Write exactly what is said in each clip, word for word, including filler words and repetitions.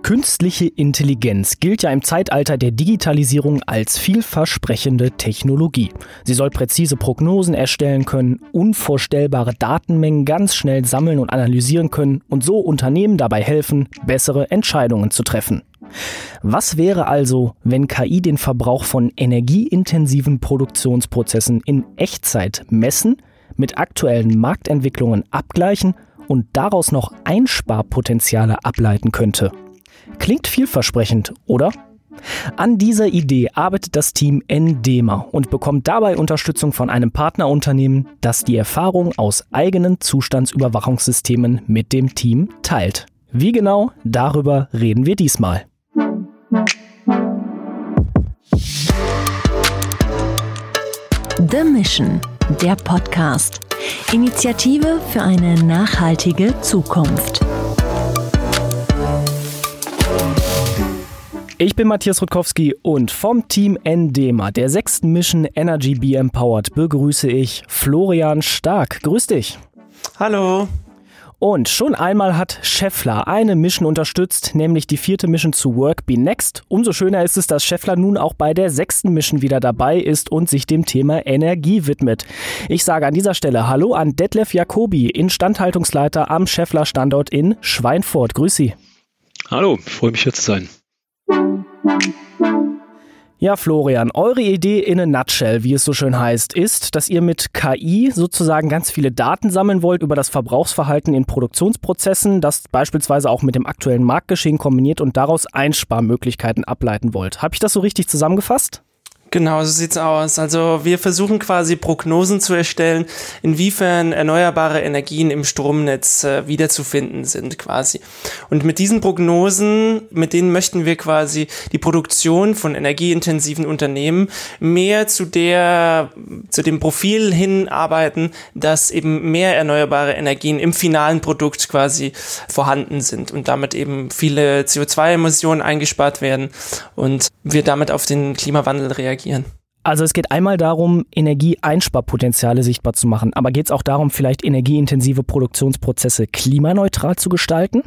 Künstliche Intelligenz gilt ja im Zeitalter der Digitalisierung als vielversprechende Technologie. Sie soll präzise Prognosen erstellen können, unvorstellbare Datenmengen ganz schnell sammeln und analysieren können und so Unternehmen dabei helfen, bessere Entscheidungen zu treffen. Was wäre also, wenn K I den Verbrauch von energieintensiven Produktionsprozessen in Echtzeit messen, mit aktuellen Marktentwicklungen abgleichen und daraus noch Einsparpotenziale ableiten könnte? Klingt vielversprechend, oder? An dieser Idee arbeitet das Team Endema und bekommt dabei Unterstützung von einem Partnerunternehmen, das die Erfahrung aus eigenen Zustandsüberwachungssystemen mit dem Team teilt. Wie genau, darüber reden wir diesmal. The Mission, der Podcast. Initiative für eine nachhaltige Zukunft. Ich bin Matthias Rutkowski und vom Team Endema, der sechsten Mission Energy Be Empowered, begrüße ich Florian Stark. Grüß dich. Hallo. Und schon einmal hat Schaeffler eine Mission unterstützt, nämlich die vierte Mission zu Work Be Next. Umso schöner ist es, dass Schaeffler nun auch bei der sechsten Mission wieder dabei ist und sich dem Thema Energie widmet. Ich sage an dieser Stelle Hallo an Detlef Jacobi, Instandhaltungsleiter am Schaeffler Standort in Schweinfurt. Grüß Sie. Hallo, ich freue mich hier zu sein. Ja, Florian, eure Idee in a nutshell, wie es so schön heißt, ist, dass ihr mit K I sozusagen ganz viele Daten sammeln wollt über das Verbrauchsverhalten in Produktionsprozessen, das beispielsweise auch mit dem aktuellen Marktgeschehen kombiniert und daraus Einsparmöglichkeiten ableiten wollt. Habe ich das so richtig zusammengefasst? Genau, so sieht's aus. Also wir versuchen quasi Prognosen zu erstellen, inwiefern erneuerbare Energien im Stromnetz äh, wiederzufinden sind quasi. Und mit diesen Prognosen, mit denen möchten wir quasi die Produktion von energieintensiven Unternehmen mehr zu der, zu dem Profil hinarbeiten, dass eben mehr erneuerbare Energien im finalen Produkt quasi vorhanden sind und damit eben viele C O zwei Emissionen eingespart werden und wir damit auf den Klimawandel reagieren. Also es geht einmal darum, Energieeinsparpotenziale sichtbar zu machen, aber geht es auch darum, vielleicht energieintensive Produktionsprozesse klimaneutral zu gestalten?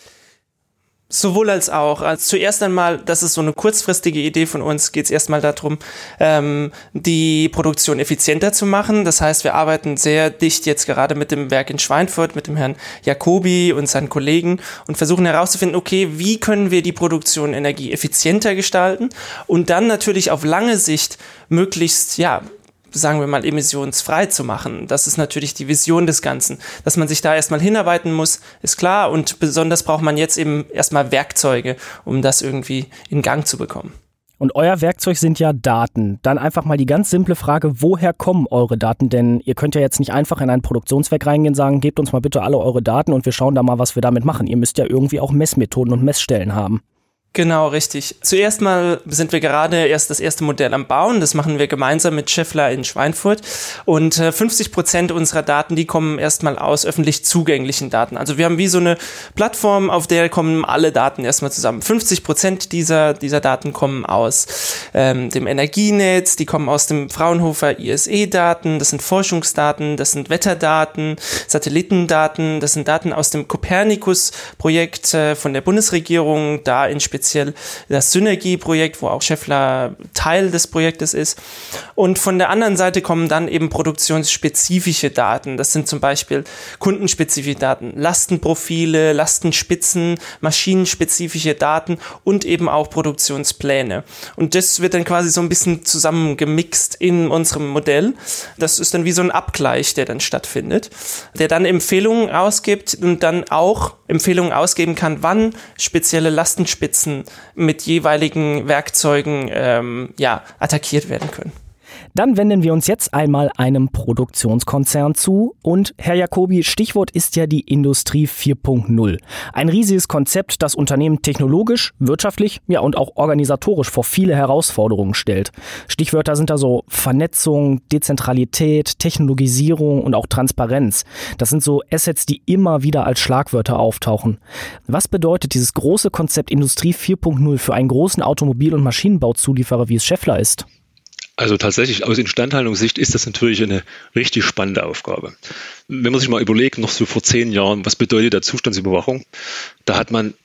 Sowohl als auch. Also zuerst einmal, das ist so eine kurzfristige Idee von uns, geht es erstmal darum, ähm, die Produktion effizienter zu machen. Das heißt, wir arbeiten sehr dicht jetzt gerade mit dem Werk in Schweinfurt, mit dem Herrn Jacobi und seinen Kollegen und versuchen herauszufinden, okay, wie können wir die Produktion energieeffizienter gestalten und dann natürlich auf lange Sicht möglichst, ja, sagen wir mal, emissionsfrei zu machen. Das ist natürlich die Vision des Ganzen. Dass man sich da erstmal hinarbeiten muss, ist klar. Und besonders braucht man jetzt eben erstmal Werkzeuge, um das irgendwie in Gang zu bekommen. Und euer Werkzeug sind ja Daten. Dann einfach mal die ganz simple Frage, woher kommen eure Daten? Denn ihr könnt ja jetzt nicht einfach in ein Produktionswerk reingehen und sagen, gebt uns mal bitte alle eure Daten und wir schauen da mal, was wir damit machen. Ihr müsst ja irgendwie auch Messmethoden und Messstellen haben. Genau, richtig. Zuerst mal sind wir gerade erst das erste Modell am Bauen. Das machen wir gemeinsam mit Schaeffler in Schweinfurt. Und äh, fünfzig Prozent unserer Daten, die kommen erstmal aus öffentlich zugänglichen Daten. Also wir haben wie so eine Plattform, auf der kommen alle Daten erstmal zusammen. fünfzig Prozent dieser, dieser Daten kommen aus ähm, dem Energienetz, die kommen aus dem Fraunhofer I S E-Daten, das sind Forschungsdaten, das sind Wetterdaten, Satellitendaten, das sind Daten aus dem Copernicus-Projekt äh, von der Bundesregierung, da in speziell das Synergie-Projekt, wo auch Schaeffler Teil des Projektes ist. Und von der anderen Seite kommen dann eben produktionsspezifische Daten. Das sind zum Beispiel kundenspezifische Daten, Lastenprofile, Lastenspitzen, maschinenspezifische Daten und eben auch Produktionspläne. Und das wird dann quasi so ein bisschen zusammengemixt in unserem Modell. Das ist dann wie so ein Abgleich, der dann stattfindet, der dann Empfehlungen ausgibt und dann auch Empfehlungen ausgeben kann, wann spezielle Lastenspitzen mit jeweiligen Werkzeugen ähm, ja, attackiert werden können. Dann wenden wir uns jetzt einmal einem Produktionskonzern zu. Und Herr Jacobi, Stichwort ist ja die Industrie vier Punkt null. Ein riesiges Konzept, das Unternehmen technologisch, wirtschaftlich, ja und auch organisatorisch vor viele Herausforderungen stellt. Stichwörter sind da so Vernetzung, Dezentralität, Technologisierung und auch Transparenz. Das sind so Assets, die immer wieder als Schlagwörter auftauchen. Was bedeutet dieses große Konzept Industrie vier Punkt null für einen großen Automobil- und Maschinenbauzulieferer, wie es Schaeffler ist? Also tatsächlich aus Instandhaltungssicht ist das natürlich eine richtig spannende Aufgabe. Wenn man sich mal überlegt, noch so vor zehn Jahren, was bedeutet der Zustandsüberwachung? Da hat man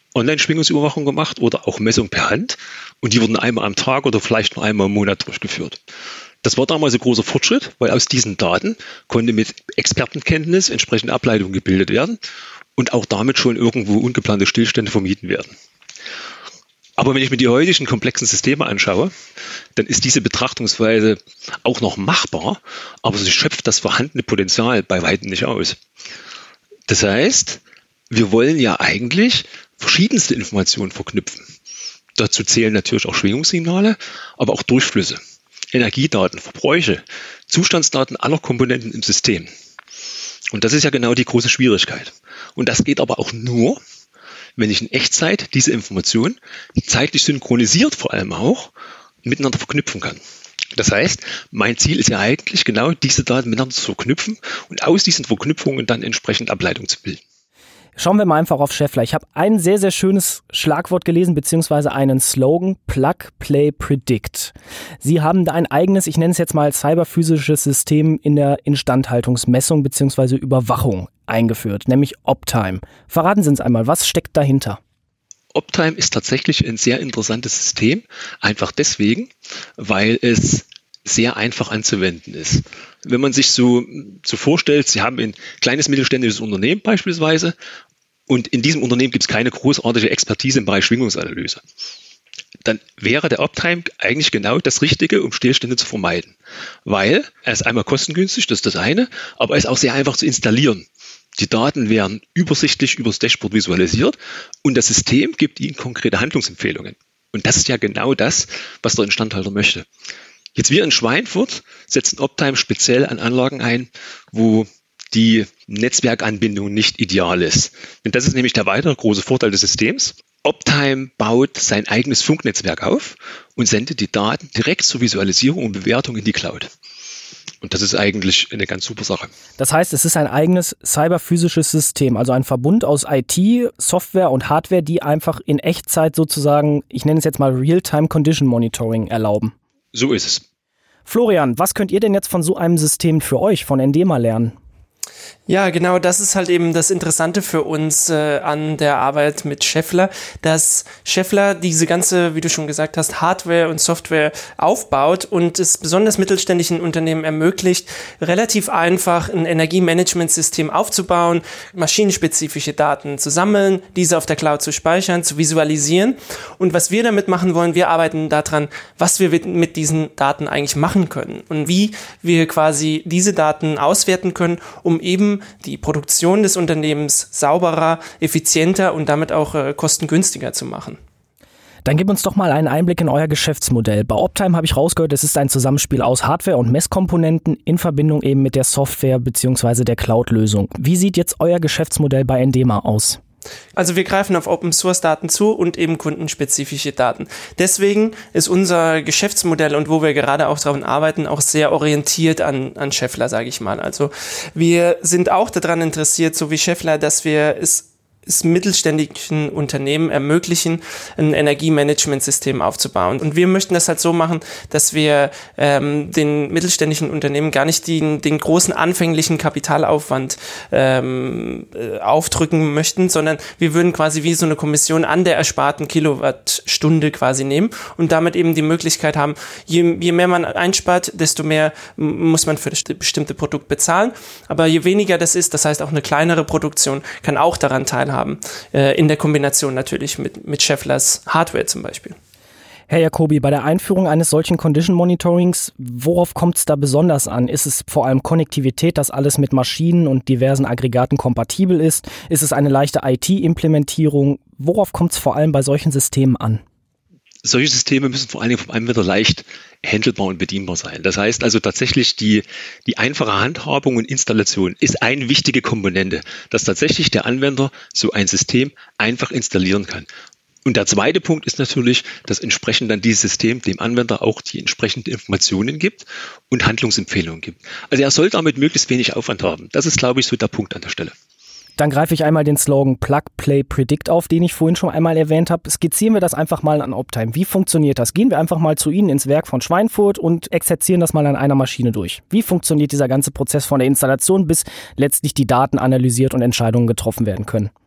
Online-Schwingungsüberwachung gemacht oder auch Messung per Hand. Und die wurden einmal am Tag oder vielleicht nur einmal im Monat durchgeführt. Das war damals ein großer Fortschritt, weil aus diesen Daten konnte mit Expertenkenntnis entsprechende Ableitungen gebildet werden und auch damit schon irgendwo ungeplante Stillstände vermieden werden. Aber wenn ich mir die heutigen komplexen Systeme anschaue, dann ist diese Betrachtungsweise auch noch machbar, aber sie schöpft das vorhandene Potenzial bei weitem nicht aus. Das heißt, wir wollen ja eigentlich verschiedenste Informationen verknüpfen. Dazu zählen natürlich auch Schwingungssignale, aber auch Durchflüsse, Energiedaten, Verbräuche, Zustandsdaten aller Komponenten im System. Und das ist ja genau die große Schwierigkeit. Und das geht aber auch nur, wenn ich in Echtzeit diese Informationen zeitlich synchronisiert vor allem auch miteinander verknüpfen kann. Das heißt, mein Ziel ist ja eigentlich genau, diese Daten miteinander zu verknüpfen und aus diesen Verknüpfungen dann entsprechend Ableitung zu bilden. Schauen wir mal einfach auf Schaeffler. Ich habe ein sehr, sehr schönes Schlagwort gelesen, beziehungsweise einen Slogan, Plug, Play, Predict. Sie haben da ein eigenes, ich nenne es jetzt mal cyberphysisches System in der Instandhaltungsmessung beziehungsweise Überwachung eingeführt, nämlich Optime. Verraten Sie uns einmal, was steckt dahinter? Optime ist tatsächlich ein sehr interessantes System, einfach deswegen, weil es sehr einfach anzuwenden ist. Wenn man sich so, so vorstellt, Sie haben ein kleines mittelständisches Unternehmen beispielsweise und in diesem Unternehmen gibt es keine großartige Expertise im Bereich Schwingungsanalyse, dann wäre der Optime eigentlich genau das Richtige, um Stillstände zu vermeiden. Weil er ist einmal kostengünstig, das ist das eine, aber er ist auch sehr einfach zu installieren. Die Daten werden übersichtlich übers Dashboard visualisiert und das System gibt Ihnen konkrete Handlungsempfehlungen. Und das ist ja genau das, was der Instandhalter möchte. Jetzt wir in Schweinfurt setzen Optime speziell an Anlagen ein, wo die Netzwerkanbindung nicht ideal ist. Denn das ist nämlich der weitere große Vorteil des Systems. Optime baut sein eigenes Funknetzwerk auf und sendet die Daten direkt zur Visualisierung und Bewertung in die Cloud. Und das ist eigentlich eine ganz super Sache. Das heißt, es ist ein eigenes cyberphysisches System, also ein Verbund aus I T, Software und Hardware, die einfach in Echtzeit sozusagen, ich nenne es jetzt mal Real-Time Condition Monitoring erlauben. So ist es. Florian, was könnt ihr denn jetzt von so einem System für euch, von Endema lernen? Ja, genau, das ist halt eben das Interessante für uns äh, an der Arbeit mit Schaeffler, dass Schaeffler diese ganze, wie du schon gesagt hast, Hardware und Software aufbaut und es besonders mittelständischen Unternehmen ermöglicht, relativ einfach ein Energiemanagementsystem aufzubauen, maschinenspezifische Daten zu sammeln, diese auf der Cloud zu speichern, zu visualisieren. Und was wir damit machen wollen, wir arbeiten daran, was wir mit diesen Daten eigentlich machen können und wie wir quasi diese Daten auswerten können, um eben die Produktion des Unternehmens sauberer, effizienter und damit auch äh, kostengünstiger zu machen. Dann gib uns doch mal einen Einblick in euer Geschäftsmodell. Bei Optime habe ich rausgehört, es ist ein Zusammenspiel aus Hardware und Messkomponenten in Verbindung eben mit der Software bzw. der Cloud-Lösung. Wie sieht jetzt euer Geschäftsmodell bei Endema aus? Also wir greifen auf Open-Source-Daten zu und eben kundenspezifische Daten. Deswegen ist unser Geschäftsmodell und wo wir gerade auch daran arbeiten, auch sehr orientiert an, an Schaeffler, sage ich mal. Also wir sind auch daran interessiert, so wie Schaeffler, dass wir es es mittelständischen Unternehmen ermöglichen, ein Energiemanagementsystem aufzubauen. Und wir möchten das halt so machen, dass wir ähm, den mittelständischen Unternehmen gar nicht den, den großen anfänglichen Kapitalaufwand ähm, äh, aufdrücken möchten, sondern wir würden quasi wie so eine Kommission an der ersparten Kilowattstunde quasi nehmen und damit eben die Möglichkeit haben, je, je mehr man einspart, desto mehr muss man für das bestimmte Produkt bezahlen. Aber je weniger das ist, das heißt auch eine kleinere Produktion, kann auch daran teilhaben. Haben, äh, in der Kombination natürlich mit, mit Schaefflers Hardware zum Beispiel. Herr Jacobi, bei der Einführung eines solchen Condition Monitorings, worauf kommt es da besonders an? Ist es vor allem Konnektivität, dass alles mit Maschinen und diversen Aggregaten kompatibel ist? Ist es eine leichte I T-Implementierung? Worauf kommt es vor allem bei solchen Systemen an? Solche Systeme müssen vor allen Dingen vom Anwender leicht handelbar und bedienbar sein. Das heißt also tatsächlich, die, die einfache Handhabung und Installation ist eine wichtige Komponente, dass tatsächlich der Anwender so ein System einfach installieren kann. Und der zweite Punkt ist natürlich, dass entsprechend dann dieses System dem Anwender auch die entsprechenden Informationen gibt und Handlungsempfehlungen gibt. Also er soll damit möglichst wenig Aufwand haben. Das ist, glaube ich, so der Punkt an der Stelle. Dann greife ich einmal den Slogan Plug, Play, Predict auf, den ich vorhin schon einmal erwähnt habe. Skizzieren wir das einfach mal an Optime. Wie funktioniert das? Gehen wir einfach mal zu Ihnen ins Werk von Schweinfurt und exerzieren das mal an einer Maschine durch. Wie funktioniert dieser ganze Prozess von der Installation, bis letztlich die Daten analysiert und Entscheidungen getroffen werden können?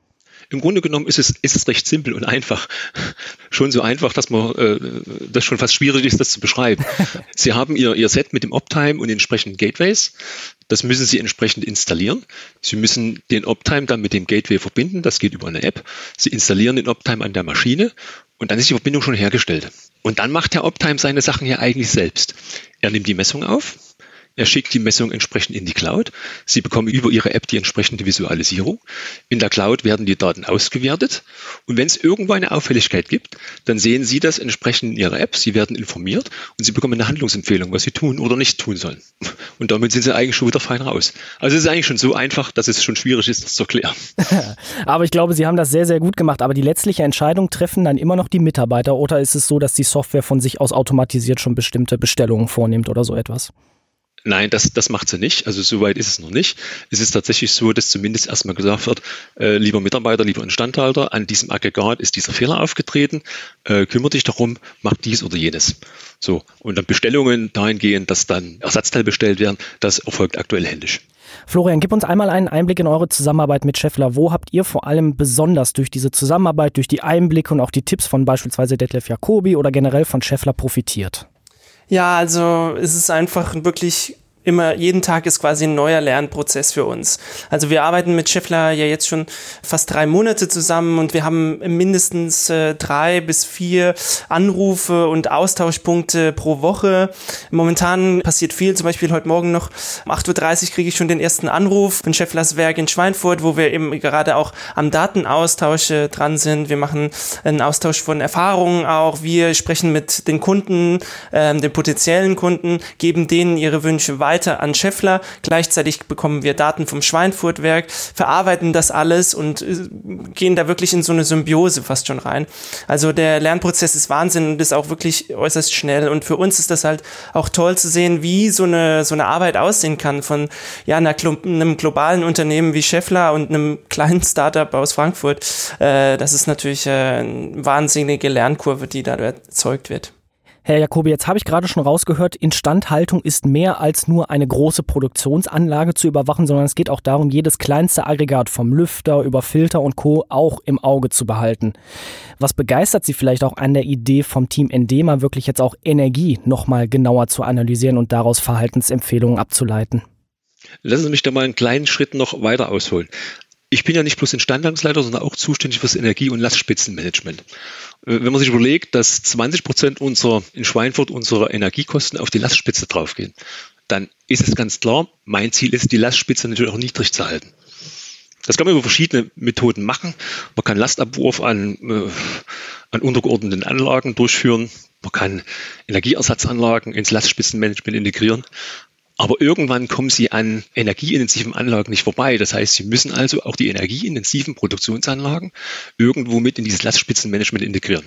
Im Grunde genommen ist es, ist es recht simpel und einfach. Schon so einfach, dass man äh, das schon fast schwierig ist, das zu beschreiben. Sie haben Ihr, Ihr Set mit dem Optime und den entsprechenden Gateways. Das müssen Sie entsprechend installieren. Sie müssen den Optime dann mit dem Gateway verbinden. Das geht über eine App. Sie installieren den Optime an der Maschine und dann ist die Verbindung schon hergestellt. Und dann macht der Optime seine Sachen ja eigentlich selbst. Er nimmt die Messung auf. Er schickt die Messung entsprechend in die Cloud. Sie bekommen über Ihre App die entsprechende Visualisierung. In der Cloud werden die Daten ausgewertet. Und wenn es irgendwo eine Auffälligkeit gibt, dann sehen Sie das entsprechend in Ihrer App. Sie werden informiert und Sie bekommen eine Handlungsempfehlung, was Sie tun oder nicht tun sollen. Und damit sind Sie eigentlich schon wieder fein raus. Also es ist eigentlich schon so einfach, dass es schon schwierig ist, das zu erklären. Aber ich glaube, Sie haben das sehr, sehr gut gemacht. Aber die letztliche Entscheidung treffen dann immer noch die Mitarbeiter. Oder ist es so, dass die Software von sich aus automatisiert schon bestimmte Bestellungen vornimmt oder so etwas? Nein, das, das macht sie nicht. Also so weit ist es noch nicht. Es ist tatsächlich so, dass zumindest erstmal gesagt wird, äh, lieber Mitarbeiter, lieber Instandhalter, an diesem Aggregat ist dieser Fehler aufgetreten, äh, kümmere dich darum, mach dies oder jenes. So, und dann Bestellungen dahingehend, dass dann Ersatzteile bestellt werden, das erfolgt aktuell händisch. Florian, gib uns einmal einen Einblick in eure Zusammenarbeit mit Schaeffler. Wo habt ihr vor allem besonders durch diese Zusammenarbeit, durch die Einblicke und auch die Tipps von beispielsweise Detlef Jacobi oder generell von Schaeffler profitiert? Ja, also es ist einfach wirklich immer, jeden Tag ist quasi ein neuer Lernprozess für uns. Also wir arbeiten mit Schaeffler ja jetzt schon fast drei Monate zusammen und wir haben mindestens äh, drei bis vier Anrufe und Austauschpunkte pro Woche. Momentan passiert viel, zum Beispiel heute Morgen noch um acht Uhr dreißig kriege ich schon den ersten Anruf von Schaefflers Werk in Schweinfurt, wo wir eben gerade auch am Datenaustausch äh, dran sind. Wir machen einen Austausch von Erfahrungen auch. Wir sprechen mit den Kunden, äh, den potenziellen Kunden, geben denen ihre Wünsche weiter. weiter an Schaeffler. Gleichzeitig bekommen wir Daten vom Schweinfurt-Werk, verarbeiten das alles und äh, gehen da wirklich in so eine Symbiose fast schon rein. Also der Lernprozess ist Wahnsinn und ist auch wirklich äußerst schnell. Und für uns ist das halt auch toll zu sehen, wie so eine so eine Arbeit aussehen kann von ja einer, einem globalen Unternehmen wie Schaeffler und einem kleinen Startup aus Frankfurt. Äh, das ist natürlich äh, eine wahnsinnige Lernkurve, die da erzeugt wird. Herr Jacobi, jetzt habe ich gerade schon rausgehört, Instandhaltung ist mehr als nur eine große Produktionsanlage zu überwachen, sondern es geht auch darum, jedes kleinste Aggregat vom Lüfter über Filter und Co. auch im Auge zu behalten. Was begeistert Sie vielleicht auch an der Idee vom Team Endema, wirklich jetzt auch Energie nochmal genauer zu analysieren und daraus Verhaltensempfehlungen abzuleiten? Lassen Sie mich da mal einen kleinen Schritt noch weiter ausholen. Ich bin ja nicht bloß Instandhaltungsleiter, sondern auch zuständig für das Energie- und Lastspitzenmanagement. Wenn man sich überlegt, dass zwanzig Prozent unserer, in Schweinfurt unserer Energiekosten auf die Lastspitze draufgehen, dann ist es ganz klar, mein Ziel ist, die Lastspitze natürlich auch niedrig zu halten. Das kann man über verschiedene Methoden machen. Man kann Lastabwurf an, äh, an untergeordneten Anlagen durchführen. Man kann Energieersatzanlagen ins Lastspitzenmanagement integrieren. Aber irgendwann kommen sie an energieintensiven Anlagen nicht vorbei. Das heißt, sie müssen also auch die energieintensiven Produktionsanlagen irgendwo mit in dieses Lastspitzenmanagement integrieren.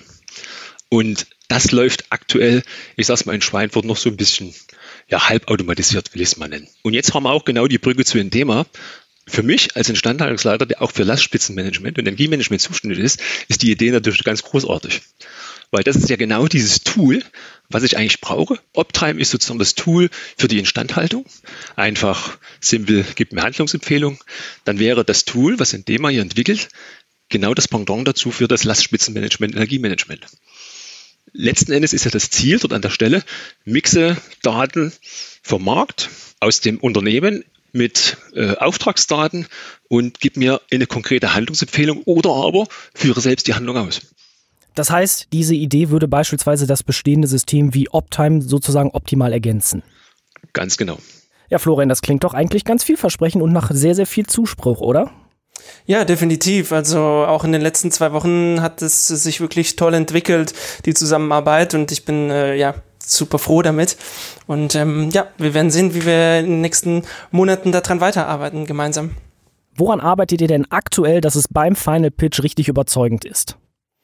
Und das läuft aktuell, ich sag's mal in Schweinfurt, noch so ein bisschen ja, halbautomatisiert, will ich es mal nennen. Und jetzt haben wir auch genau die Brücke zu dem Thema. Für mich als Instandhaltungsleiter, der auch für Lastspitzenmanagement und Energiemanagement zuständig ist, ist die Idee natürlich ganz großartig. Weil das ist ja genau dieses Tool, was ich eigentlich brauche. Optime ist sozusagen das Tool für die Instandhaltung. Einfach simpel, gibt mir Handlungsempfehlungen. Dann wäre das Tool, was Endema hier entwickelt, genau das Pendant dazu für das Lastspitzenmanagement, Energiemanagement. Letzten Endes ist ja das Ziel dort an der Stelle, mixe Daten vom Markt, aus dem Unternehmen mit äh, Auftragsdaten und gib mir eine konkrete Handlungsempfehlung oder aber führe selbst die Handlung aus. Das heißt, diese Idee würde beispielsweise das bestehende System wie Optime sozusagen optimal ergänzen. Ganz genau. Ja, Florian, das klingt doch eigentlich ganz vielversprechend und nach sehr, sehr viel Zuspruch, oder? Ja, definitiv. Also auch in den letzten zwei Wochen hat es sich wirklich toll entwickelt, die Zusammenarbeit, und ich bin äh, ja super froh damit. Und ähm, ja, wir werden sehen, wie wir in den nächsten Monaten daran weiterarbeiten gemeinsam. Woran arbeitet ihr denn aktuell, dass es beim Final Pitch richtig überzeugend ist?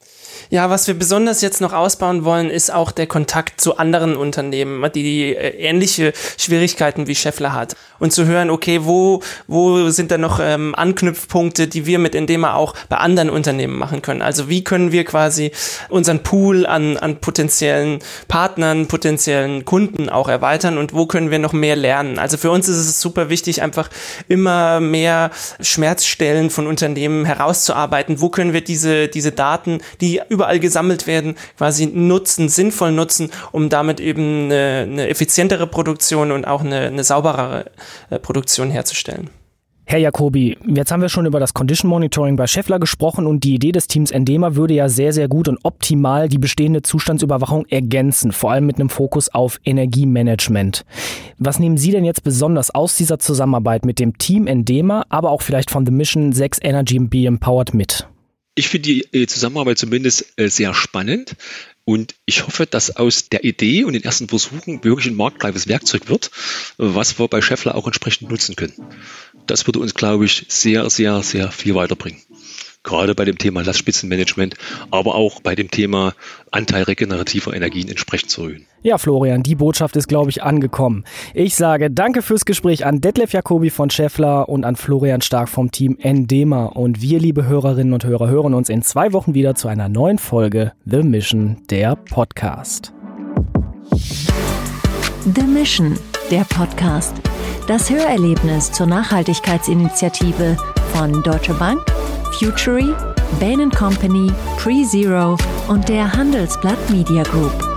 Ja, was wir besonders jetzt noch ausbauen wollen, ist auch der Kontakt zu anderen Unternehmen, die, die äh, ähnliche Schwierigkeiten wie Schaeffler hat. Und zu hören, okay, wo, wo sind da noch ähm, Anknüpfpunkte, die wir mit Endema auch bei anderen Unternehmen machen können. Also wie können wir quasi unseren Pool an, an potenziellen Partnern, potenziellen Kunden auch erweitern und wo können wir noch mehr lernen. Also für uns ist es super wichtig, einfach immer mehr Schmerzstellen von Unternehmen herauszuarbeiten. Wo können wir diese, diese Daten, die über überall gesammelt werden, quasi nutzen, sinnvoll nutzen, um damit eben eine, eine effizientere Produktion und auch eine, eine sauberere äh, Produktion herzustellen. Herr Jacobi, jetzt haben wir schon über das Condition Monitoring bei Schaeffler gesprochen und die Idee des Teams Endema würde ja sehr, sehr gut und optimal die bestehende Zustandsüberwachung ergänzen, vor allem mit einem Fokus auf Energiemanagement. Was nehmen Sie denn jetzt besonders aus dieser Zusammenarbeit mit dem Team Endema, aber auch vielleicht von The Mission sechs Energy Be Empowered mit? Ich finde die Zusammenarbeit zumindest sehr spannend und ich hoffe, dass aus der Idee und den ersten Versuchen wirklich ein marktreifes Werkzeug wird, was wir bei Schaeffler auch entsprechend nutzen können. Das würde uns, glaube ich, sehr, sehr, sehr viel weiterbringen. Gerade bei dem Thema Lastspitzenmanagement, aber auch bei dem Thema Anteil regenerativer Energien entsprechend zu erhöhen. Ja, Florian, die Botschaft ist, glaube ich, angekommen. Ich sage danke fürs Gespräch an Detlef Jacobi von Schaeffler und an Florian Stark vom Team Endema. Und wir, liebe Hörerinnen und Hörer, hören uns in zwei Wochen wieder zu einer neuen Folge The Mission, der Podcast. The Mission, der Podcast. Das Hörerlebnis zur Nachhaltigkeitsinitiative von Deutsche Bank, Futury, Bain and Company, PreZero und der Handelsblatt Media Group.